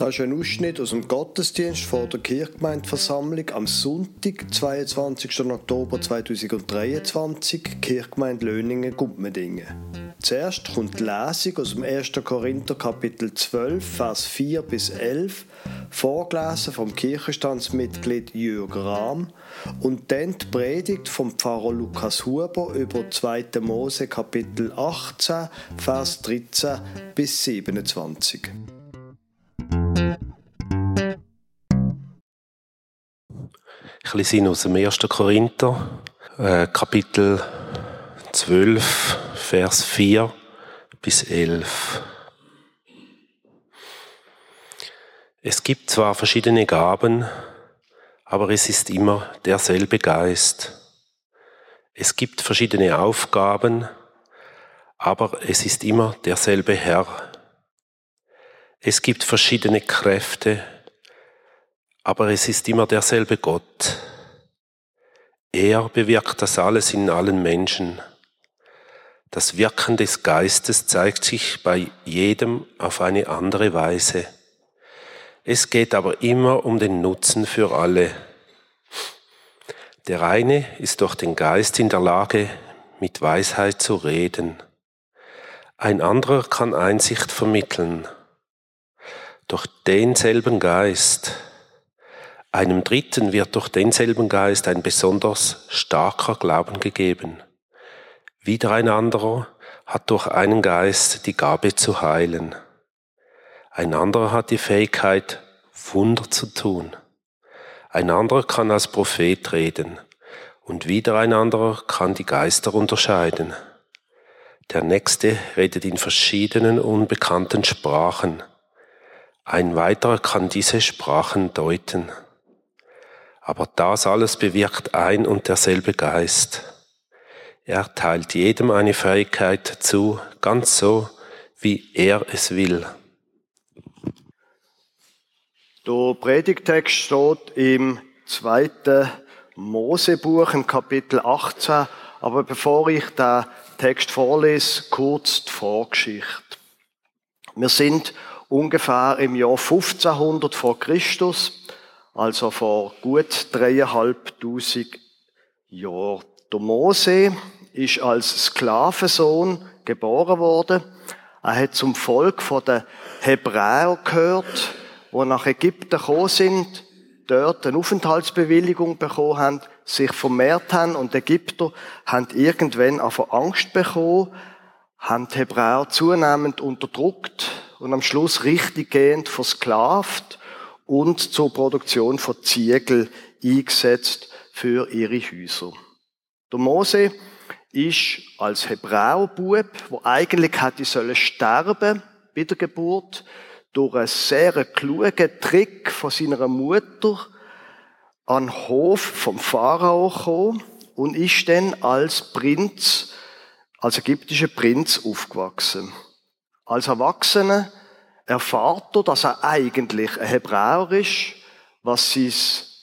Das ist ein Ausschnitt aus dem Gottesdienst vor der Kirchgemeindeversammlung am Sonntag, 22. Oktober 2023, Kirchgemeinde Löningen-Gumpmedingen. Zuerst kommt die Lesung aus dem 1. Korinther Kapitel 12, Vers 4 bis 11, vorgelesen vom Kirchenstandsmitglied Jürg Rahm, und dann die Predigt vom Pfarrer Lukas Huber über 2. Mose Kapitel 18, Vers 13 bis 27. Ich lese aus dem 1. Korinther, Kapitel 12, Vers 4 bis 11. Es gibt zwar verschiedene Gaben, aber es ist immer derselbe Geist. Es gibt verschiedene Aufgaben, aber es ist immer derselbe Herr. Es gibt verschiedene Kräfte, aber es ist immer derselbe Gott. Er bewirkt das alles in allen Menschen. Das Wirken des Geistes zeigt sich bei jedem auf eine andere Weise. Es geht aber immer um den Nutzen für alle. Der eine ist durch den Geist in der Lage, mit Weisheit zu reden. Ein anderer kann Einsicht vermitteln. Durch denselben Geist. Einem Dritten wird durch denselben Geist ein besonders starker Glauben gegeben. Wieder ein anderer hat durch einen Geist die Gabe zu heilen. Ein anderer hat die Fähigkeit, Wunder zu tun. Ein anderer kann als Prophet reden. Und wieder ein anderer kann die Geister unterscheiden. Der Nächste redet in verschiedenen unbekannten Sprachen. Ein weiterer kann diese Sprachen deuten. Aber das alles bewirkt ein und derselbe Geist. Er teilt jedem eine Fähigkeit zu, ganz so, wie er es will. Der Predigtext steht im 2. Mosebuch, im Kapitel 18. Aber bevor ich den Text vorlese, kurz die Vorgeschichte. Wir sind ungefähr im Jahr 1500 vor Christus, also vor gut 3'500 Jahren. Der Mose ist als Sklavensohn geboren worden. Er hat zum Volk der Hebräer gehört, die nach Ägypten gekommen sind, dort eine Aufenthaltsbewilligung bekommen haben, sich vermehrt haben, und die Ägypter haben irgendwann einfach Angst bekommen, haben die Hebräer zunehmend unterdrückt und am Schluss richtiggehend versklavt und zur Produktion von Ziegel eingesetzt für ihre Häuser. Der Mose ist als Hebräerbub, der eigentlich hätte sterben bei der Geburt, durch einen sehr klugen Trick von seiner Mutter an den Hof vom Pharao gekommen und ist dann als Prinz, als ägyptischer Prinz aufgewachsen. Als Erwachsener erfährt er, dass er eigentlich ein Hebräer ist, was sein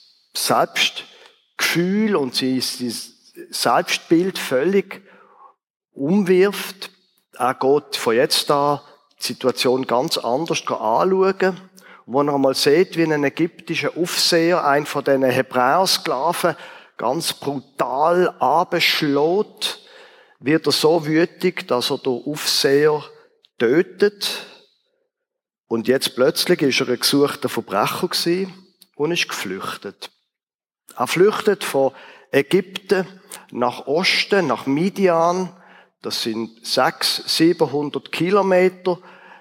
Selbstgefühl und sein Selbstbild völlig umwirft. Er geht von jetzt an die Situation ganz anders anschauen. Und wenn er einmal sieht, wie ein ägyptischer Aufseher einen von diesen Hebräersklaven ganz brutal abschlägt, wird er so wütig, dass er den Aufseher tötet. Und jetzt plötzlich ist er ein gesuchter Verbrecher gewesen und ist geflüchtet. Er flüchtet von Ägypten nach Osten, nach Midian. Das sind 600-700 Kilometer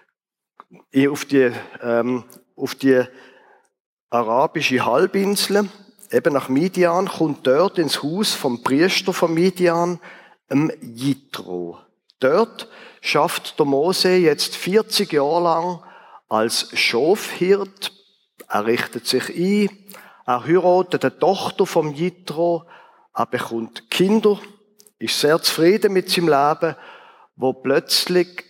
auf die arabische Halbinsel, eben nach Midian, kommt dort ins Haus vom Priester von Midian, Jitro. Dort schafft der Mose jetzt 40 Jahre lang als Schafhirt. Er richtet sich ein, er heiratet eine Tochter vom Jitro, er bekommt Kinder, ist sehr zufrieden mit seinem Leben, wo plötzlich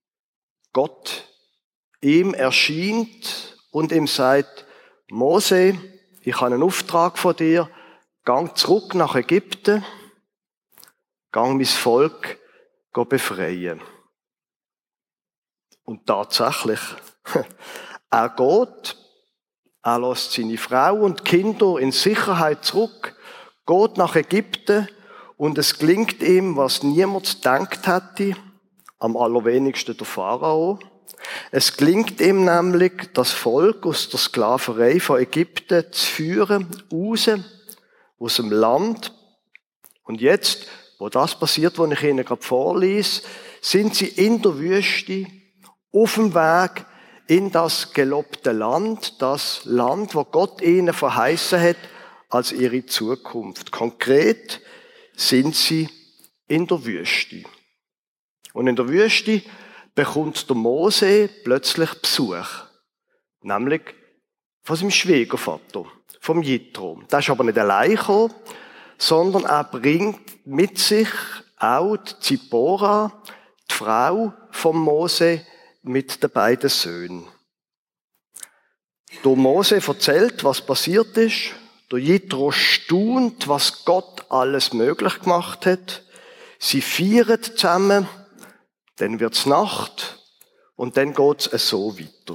Gott ihm erscheint und ihm sagt: Mose, ich habe einen Auftrag von dir, gang zurück nach Ägypten, gang mein Volk befreien. Und tatsächlich, Er geht, er lässt seine Frau und Kinder in Sicherheit zurück, geht nach Ägypten und es gelingt ihm, was niemand gedacht hätte, am allerwenigsten der Pharao. Es gelingt ihm nämlich, das Volk aus der Sklaverei von Ägypten zu führen, raus, aus dem Land. Und jetzt, wo das passiert, was ich Ihnen gerade vorlese, sind sie in der Wüste, auf dem Weg in das gelobte Land, das Land, wo Gott ihnen verheißen hat, als ihre Zukunft. Konkret sind sie in der Wüste. Und in der Wüste bekommt der Mose plötzlich Besuch. Nämlich von seinem Schwiegervater, vom Jitro. Der ist aber nicht allein gekommen, sondern er bringt mit sich auch die Zipporah, die Frau von Mose, mit den beiden Söhnen. Der Mose erzählt, was passiert ist. Der Jitro staunt, was Gott alles möglich gemacht hat. Sie feiern zusammen, dann wird's Nacht und dann geht's so weiter.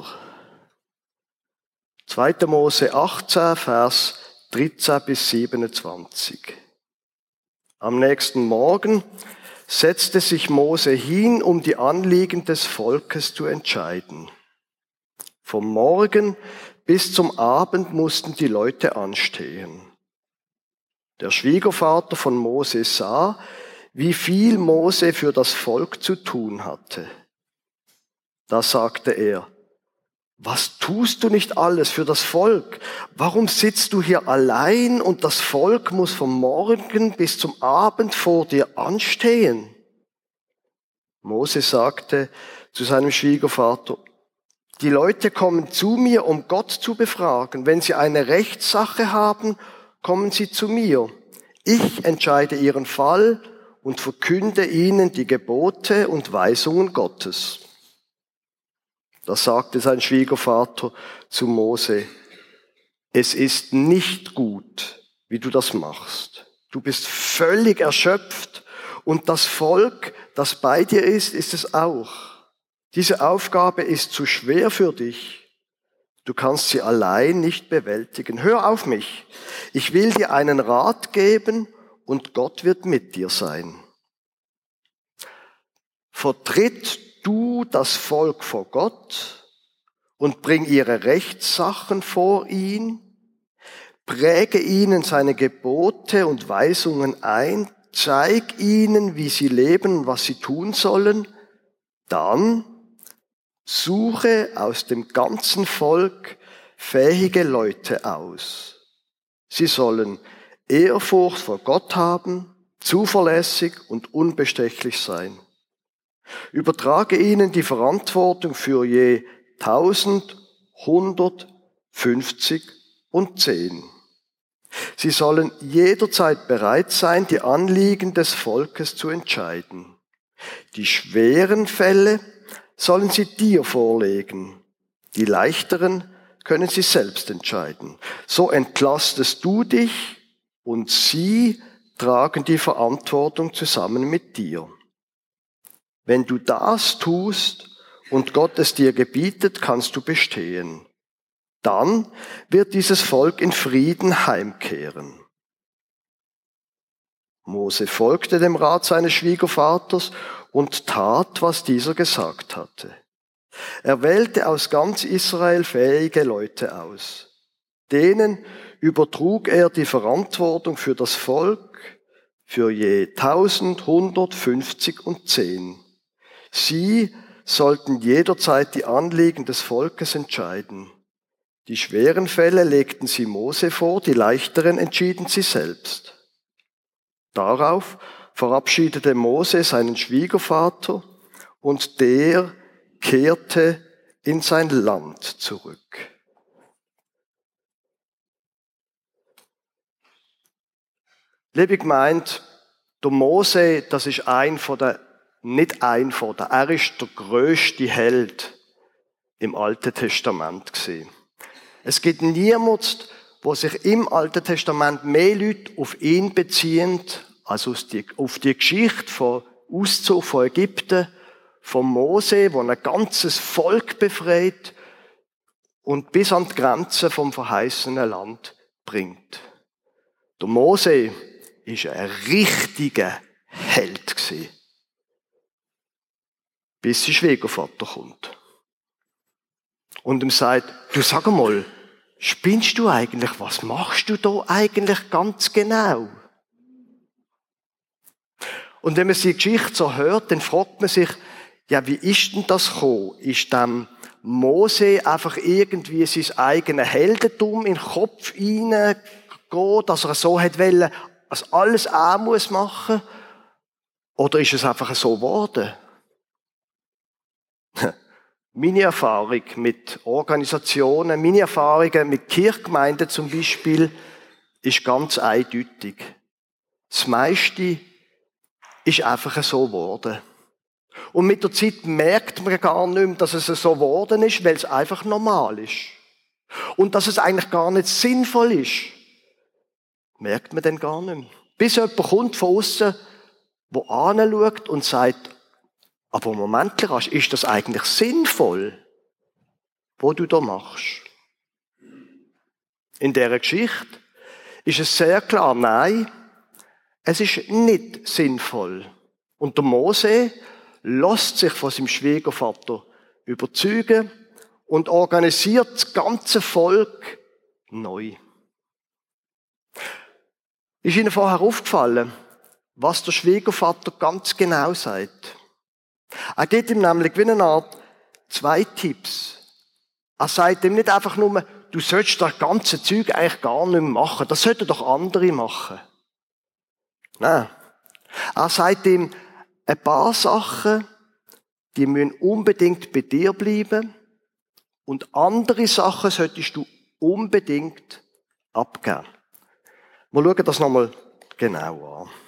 2. Mose 18, Vers 13 bis 27. Am nächsten Morgen setzte sich Mose hin, um die Anliegen des Volkes zu entscheiden. Vom Morgen bis zum Abend mussten die Leute anstehen. Der Schwiegervater von Mose sah, wie viel Mose für das Volk zu tun hatte. Da sagte er: Was tust du nicht alles für das Volk? Warum sitzt du hier allein und das Volk muss vom Morgen bis zum Abend vor dir anstehen? Mose sagte zu seinem Schwiegervater: Die Leute kommen zu mir, um Gott zu befragen. Wenn sie eine Rechtssache haben, kommen sie zu mir. Ich entscheide ihren Fall und verkünde ihnen die Gebote und Weisungen Gottes. Da sagte sein Schwiegervater zu Mose: Es ist nicht gut, wie du das machst. Du bist völlig erschöpft und das Volk, das bei dir ist es auch. Diese Aufgabe ist zu schwer für dich. Du kannst sie allein nicht bewältigen. Hör auf mich. Ich will dir einen Rat geben und Gott wird mit dir sein. Vertritt du das Volk vor Gott und bring ihre Rechtssachen vor ihn, präge ihnen seine Gebote und Weisungen ein, zeig ihnen, wie sie leben und was sie tun sollen, dann suche aus dem ganzen Volk fähige Leute aus. Sie sollen Ehrfurcht vor Gott haben, zuverlässig und unbestechlich sein. Übertrage ihnen die Verantwortung für je 1000, 100, 50 und 10. Sie sollen jederzeit bereit sein, die Anliegen des Volkes zu entscheiden. Die schweren Fälle sollen sie dir vorlegen. Die leichteren können sie selbst entscheiden. So entlastest du dich und sie tragen die Verantwortung zusammen mit dir. Wenn du das tust und Gott es dir gebietet, kannst du bestehen. Dann wird dieses Volk in Frieden heimkehren. Mose folgte dem Rat seines Schwiegervaters und tat, was dieser gesagt hatte. Er wählte aus ganz Israel fähige Leute aus. Denen übertrug er die Verantwortung für das Volk, für je 1000, 100, 50 und 10. Sie sollten jederzeit die Anliegen des Volkes entscheiden. Die schweren Fälle legten sie Mose vor, die leichteren entschieden sie selbst. Darauf verabschiedete Mose seinen Schwiegervater und der kehrte in sein Land zurück. Liebe Gemeinde, der Mose, das ist er ist der grösste Held im Alten Testament gewesen. Es gibt niemanden, wo sich im Alten Testament mehr Leute auf ihn beziehen, als auf die Geschichte von Auszug von Ägypten, von Mose, wo ein ganzes Volk befreit, und bis an die Grenzen vom verheißenen Land bringt. Der Mose war ein richtiger Held gewesen, bis sein Schwiegervater kommt und ihm sagt, du sag mal, spinnst du eigentlich? Was machst du da eigentlich ganz genau? Und wenn man die Geschichte so hört, dann fragt man sich, ja, wie ist denn das gekommen? Ist dem Mose einfach irgendwie sein eigenes Heldentum in den Kopf hineingehen, dass er so hat wollen, dass alles er muss machen? Oder ist es einfach so geworden? Meine Erfahrung mit Organisationen, meine Erfahrungen mit Kirchgemeinden zum Beispiel, ist ganz eindeutig. Das meiste ist einfach so geworden. Und mit der Zeit merkt man gar nicht mehr, dass es so geworden ist, weil es einfach normal ist. Und dass es eigentlich gar nicht sinnvoll ist, merkt man dann gar nicht mehr. Bis jemand kommt von außen, der anschaut und sagt, aber Moment, ist das eigentlich sinnvoll, was du da machst? In dieser Geschichte ist es sehr klar, nein, es ist nicht sinnvoll. Und der Mose lässt sich von seinem Schwiegervater überzeugen und organisiert das ganze Volk neu. Ist Ihnen vorher aufgefallen, was der Schwiegervater ganz genau sagt? Er gibt ihm nämlich wie eine Art 2 Tipps. Er sagt ihm nicht einfach nur, du sollst das ganze Zeug eigentlich gar nicht mehr machen. Das sollten doch andere machen. Nein. Er sagt ihm ein paar Sachen, die müssen unbedingt bei dir bleiben und andere Sachen solltest du unbedingt abgeben. Wir schauen das nochmal genau an.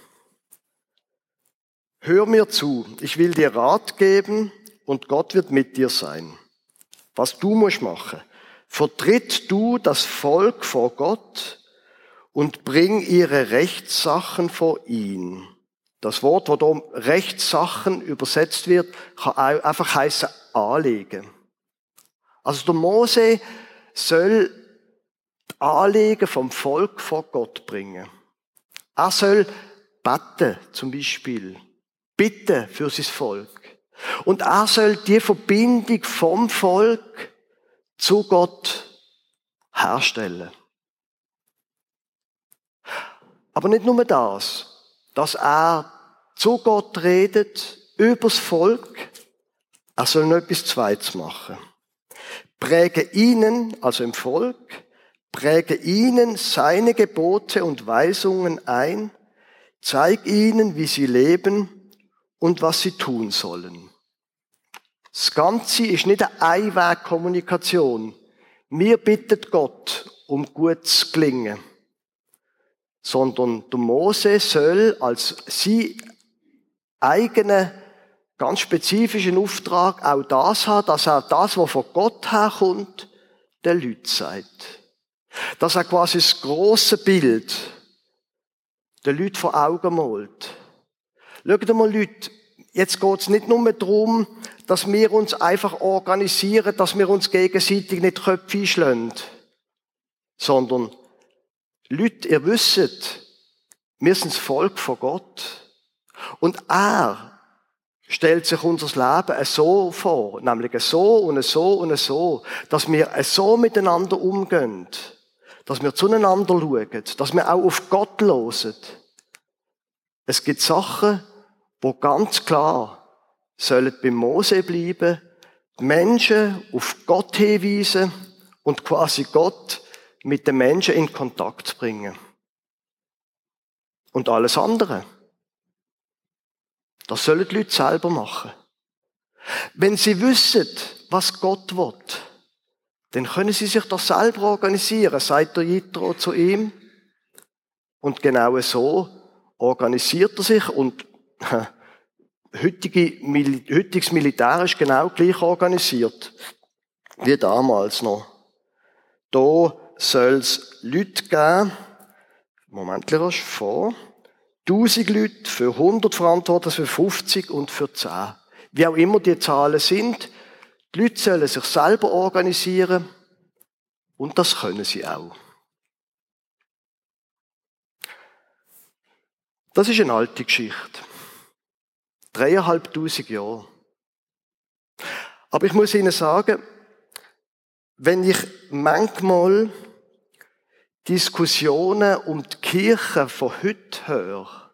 Hör mir zu, ich will dir Rat geben und Gott wird mit dir sein. Was du musst machen, vertritt du das Volk vor Gott und bring ihre Rechtssachen vor ihn. Das Wort, wo da Rechtssachen übersetzt wird, kann auch einfach heissen Anliegen. Also der Mose soll die Anliegen vom Volk vor Gott bringen. Er soll beten, zum Beispiel. Bitten für sein Volk. Und er soll die Verbindung vom Volk zu Gott herstellen. Aber nicht nur das, dass er zu Gott redet, übers Volk, er soll noch etwas Zweites machen. Präge ihnen, also im Volk, präge ihnen seine Gebote und Weisungen ein, zeig ihnen, wie sie leben und was sie tun sollen. Das Ganze ist nicht eine Einwegkommunikation. Wir bitten Gott um gutes Gelingen. Sondern der Mose soll als sein eigenen, ganz spezifischen Auftrag auch das haben, dass er das, was von Gott herkommt, den Leuten sagt. Dass er quasi das grosse Bild den Leuten vor Augen malt. Schaut mal, Leute, jetzt geht es nicht nur darum, dass wir uns einfach organisieren, dass wir uns gegenseitig nicht Köpfe einschlagen, sondern Leute, ihr wisst, wir sind das Volk von Gott und er stellt sich unser Leben so vor, nämlich so und so und so, dass wir so miteinander umgehen, dass wir zueinander schauen, dass wir auch auf Gott hören. Es gibt Sachen, wo ganz klar sollen bei Mose bleiben, die Menschen auf Gott hinweisen und quasi Gott mit den Menschen in Kontakt bringen. Und alles andere, das sollen die Leute selber machen. Wenn sie wissen, was Gott will, dann können sie sich das selber organisieren, sagt der Jitro zu ihm. Und genau so organisiert er sich und heutiges Militär ist genau gleich organisiert wie damals noch. Da soll es Leute geben, Moment, rasch vor, 1000 Leute, für 100 Verantwortliche, für 50 und für 10. Wie auch immer die Zahlen sind, die Leute sollen sich selber organisieren Und das können sie auch. Das ist eine alte Geschichte. 3'500 Jahre. Aber ich muss Ihnen sagen, wenn ich manchmal Diskussionen um die Kirche von heute höre,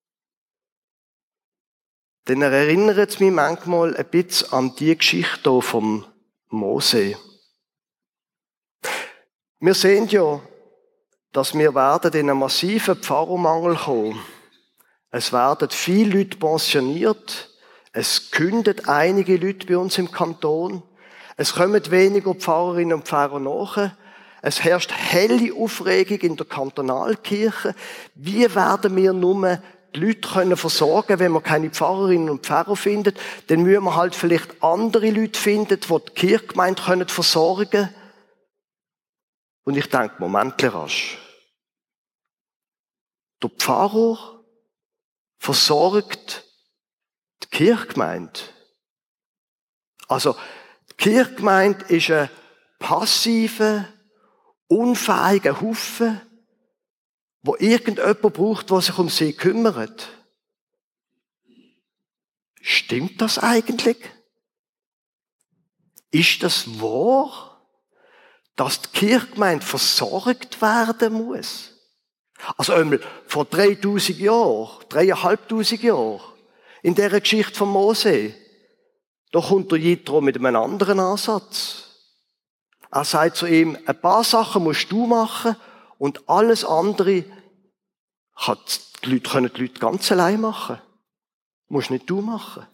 dann erinnert es mich manchmal ein bisschen an die Geschichte hier vom Mose. Wir sehen ja, dass wir werden in einen massiven Pfarrermangel kommen. Es werden viele Leute pensioniert. Es kündet einige Leute bei uns im Kanton. Es kommen weniger Pfarrerinnen und Pfarrer nach. Es herrscht helle Aufregung in der Kantonalkirche. Wie werden wir nur die Leute können versorgen, wenn wir keine Pfarrerinnen und Pfarrer finden? Dann müssen wir halt vielleicht andere Leute finden, die die Kirchgemeinde versorgen können. Und ich denke, Moment rasch. Der Pfarrer versorgt die Kirchgemeinde. Also, die Kirchgemeinde ist ein passiver, unfähiger Haufen, wo irgendjemand braucht, der sich um sie kümmert. Stimmt das eigentlich? Ist das wahr, dass die Kirchgemeinde versorgt werden muss? Also einmal vor 3000 Jahren, 3'500 Jahren, in dieser Geschichte von Mose, da kommt der Jitro mit einem anderen Ansatz. Er sagt zu ihm, ein paar Sachen musst du machen und alles andere können die Leute ganz allein machen. Musst nicht du machen.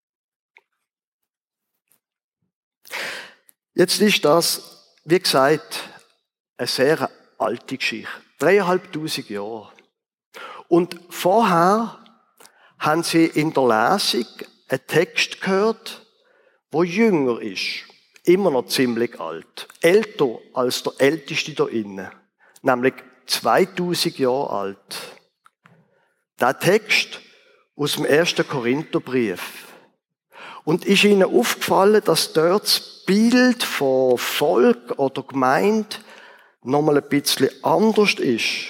Jetzt ist das, wie gesagt, eine sehr alte Geschichte. 3'500 Jahre. Und vorher haben sie in der Lesung einen Text gehört, der jünger ist. Immer noch ziemlich alt. Älter als der Älteste da innen. Nämlich 2000 Jahre alt. Der Text aus dem 1. Korintherbrief. Und ist Ihnen aufgefallen, dass dort das Bild von Volk oder Gemeinde nochmal ein bisschen anders ist?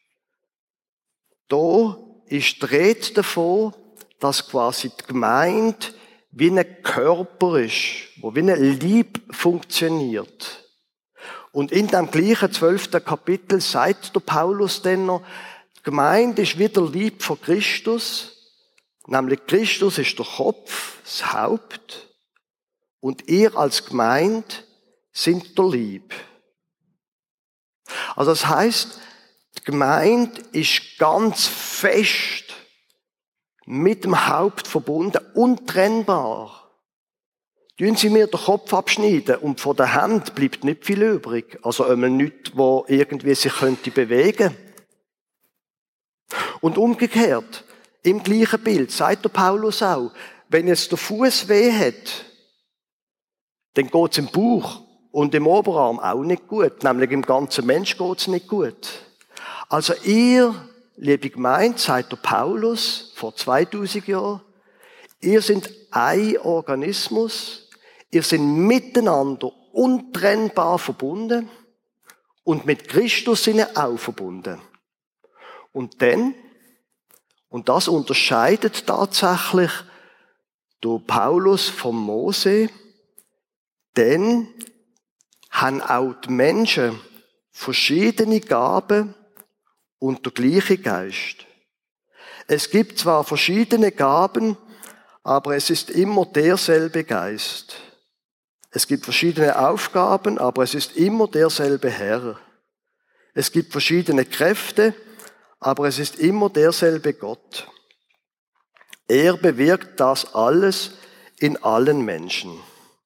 Da ist die Rede davon, dass quasi die Gemeinde wie ein Körper ist, wo wie ein Leib funktioniert. Und in dem gleichen 12. Kapitel sagt der Paulus dann noch, die Gemeinde ist wie der Leib von Christus, nämlich Christus ist der Kopf, das Haupt, und ihr als Gemeinde sind der Leib. Also das heisst, die Gemeinde ist ganz fest mit dem Haupt verbunden, untrennbar. Tun Sie mir den Kopf abschneiden und von der Hand bleibt nicht viel übrig. Also einmal nichts, wo irgendwie sich könnte bewegen. Und umgekehrt, im gleichen Bild, sagt der Paulus auch, wenn jetzt der Fuß weh hat, dann geht's im Bauch und im Oberarm auch nicht gut. Nämlich im ganzen Mensch geht's nicht gut. Also ihr, liebe Gemeinde, sagt der Paulus vor 2000 Jahren, ihr seid ein Organismus, ihr seid miteinander untrennbar verbunden und mit Christus sind ihr auch verbunden. Und dann, und das unterscheidet tatsächlich der Paulus vom Mose, dann haben auch die Menschen verschiedene Gaben und der gleiche Geist. Es gibt zwar verschiedene Gaben, aber es ist immer derselbe Geist. Es gibt verschiedene Aufgaben, aber es ist immer derselbe Herr. Es gibt verschiedene Kräfte, aber es ist immer derselbe Gott. Er bewirkt das alles in allen Menschen.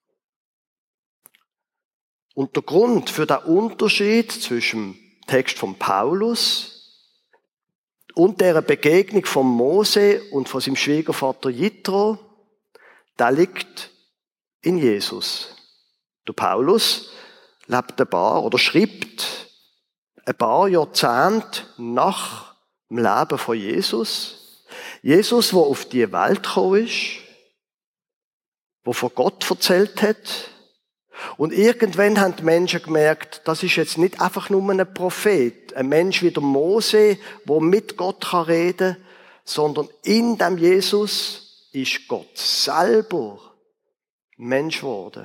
Und der Grund für den Unterschied zwischen dem Text von Paulus und der Begegnung von Mose und von seinem Schwiegervater Jitro, der liegt in Jesus. Der Paulus lebt schreibt ein paar Jahrzehnte nach dem Leben von Jesus. Jesus, der auf die Welt gekommen ist, der von Gott erzählt hat, Und irgendwann haben die Menschen gemerkt, das ist jetzt nicht einfach nur ein Prophet, ein Mensch wie der Mose, der mit Gott reden kann, sondern in dem Jesus ist Gott selber Mensch geworden.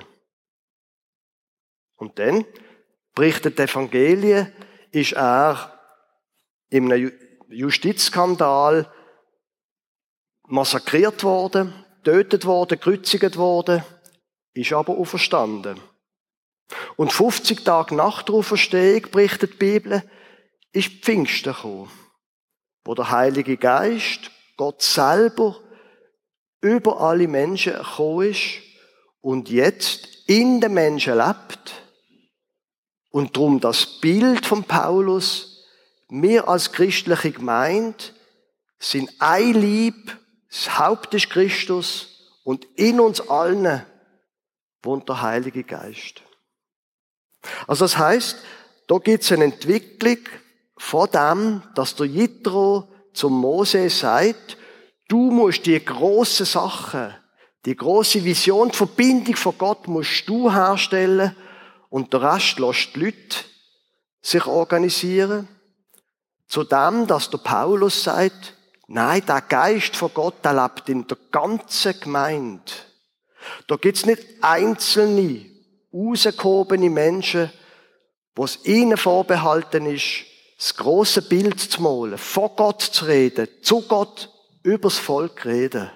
Und dann berichtet die Evangelien, ist er in einem Justizskandal massakriert worden, getötet worden, gekreuzigt worden, ist aber auferstanden. Und 50 Tage nach der Auferstehung, berichtet die Bibel, ist Pfingsten gekommen, wo der Heilige Geist, Gott selber, über alle Menschen gekommen ist und jetzt in den Menschen lebt. Und darum das Bild von Paulus, wir als christliche Gemeinde sind ein Leib, das Haupt ist Christus und in uns allen wohnt der Heilige Geist. Also das heisst, da gibt es eine Entwicklung von dem, dass der Jethro zum Mose sagt, du musst die grossen Sachen, die grosse Vision, die Verbindung von Gott musst du herstellen und der Rest lässt die Leute sich organisieren. Zu dem, dass der Paulus sagt, nein, der Geist von Gott, der lebt in der ganzen Gemeinde. Da gibt's nicht einzelne, rausgehobene Menschen, wo es ihnen vorbehalten ist, das grosse Bild zu malen, von Gott zu reden, zu Gott übers Volk reden.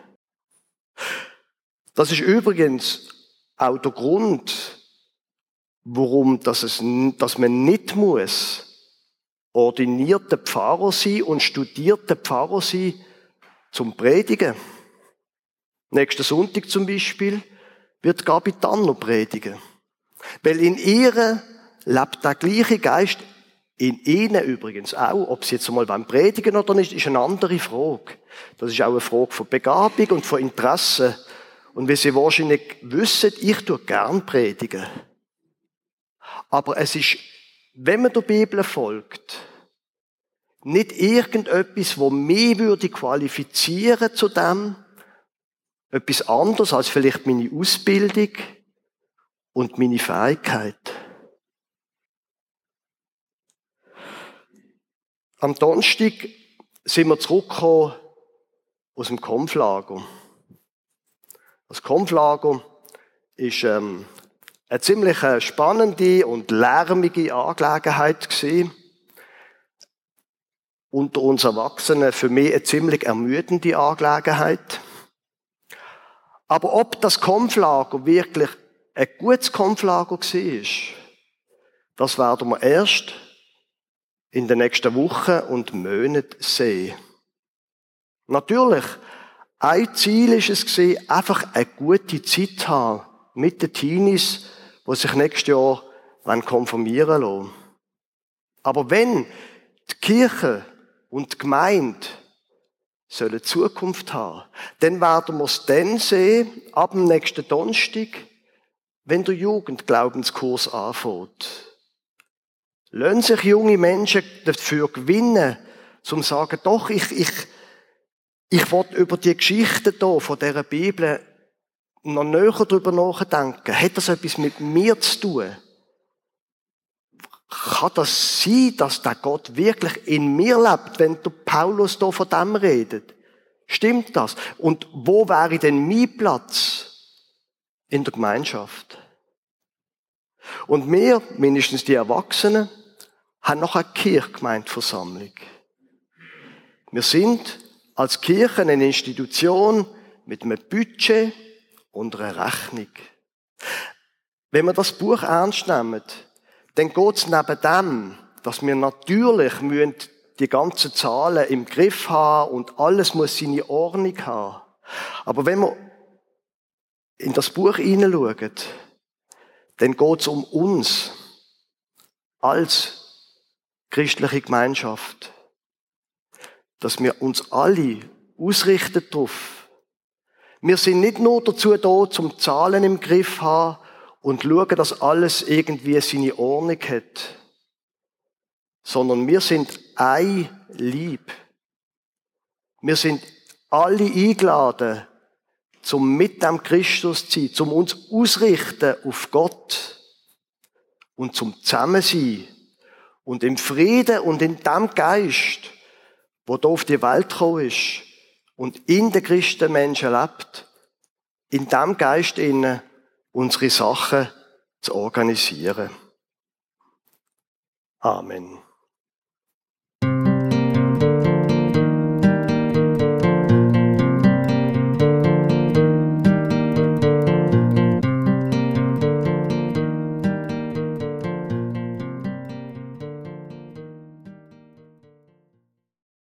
Das ist übrigens auch der Grund, warum dass man nicht muss ordinierte Pfarrer sein und studierte Pfarrer sein zum Predigen. Nächsten Sonntag zum Beispiel wird Gabi Tanner predigen. Weil in ihr lebt der gleiche Geist, in ihnen übrigens auch. Ob sie jetzt einmal beim Predigen oder nicht, ist eine andere Frage. Das ist auch eine Frage von Begabung und von Interesse. Und wie Sie wahrscheinlich wissen, ich tue gern predigen. Aber es ist, wenn man der Bibel folgt, nicht irgendetwas, das mich würde qualifizieren zu dem, etwas anderes als vielleicht meine Ausbildung und meine Fähigkeit. Am Donnerstag sind wir zurückgekommen aus dem Konflager. Das Konflager ist eine ziemlich spannende und lärmige Angelegenheit gewesen. Unter uns Erwachsenen für mich eine ziemlich ermüdende Angelegenheit. Aber ob das Konflager wirklich ein gutes Konflager war, das werden wir erst in den nächsten Wochen und Monaten sehen. Natürlich, ein Ziel ist es gewesen, einfach eine gute Zeit zu haben mit den Teenies, die sich nächstes Jahr konfirmieren lassen. Aber wenn die Kirche und die Gemeinde sollen Zukunft haben, dann werden wir es dann sehen, ab dem nächsten Donnerstag, wenn der Jugendglaubenskurs anfängt. Lassen sich junge Menschen dafür gewinnen, zum zu sagen, doch, ich will über die Geschichten hier von dieser Bibel noch näher darüber nachdenken. Hat das etwas mit mir zu tun? Kann das sein, dass der Gott wirklich in mir lebt, wenn der Paulus hier von dem redet? Stimmt das? Und wo wäre denn mein Platz in der Gemeinschaft? Und wir, mindestens die Erwachsenen, haben noch eine Kirchgemeindeversammlung. Wir sind als Kirche eine Institution mit einem Budget und einer Rechnung. Wenn wir das Buch ernst nehmen, dann geht es neben dem, dass wir natürlich die ganzen Zahlen im Griff haben und alles muss seine Ordnung haben. Aber wenn wir in das Buch hineinschauen, dann geht es um uns als christliche Gemeinschaft, dass wir uns alle ausrichten darauf. Wir sind nicht nur dazu da, zum Zahlen im Griff zu haben und schauen, dass alles irgendwie seine Ordnung hat, sondern wir sind ein Leib. Wir sind alle eingeladen, zum mit dem Christus zu sein, zum uns ausrichten auf Gott und zum Zusammensein und im Frieden und in dem Geist, der hier auf die Welt gekommen ist und in den Christenmenschen lebt, in dem Geist innen unsere Sachen zu organisieren. Amen.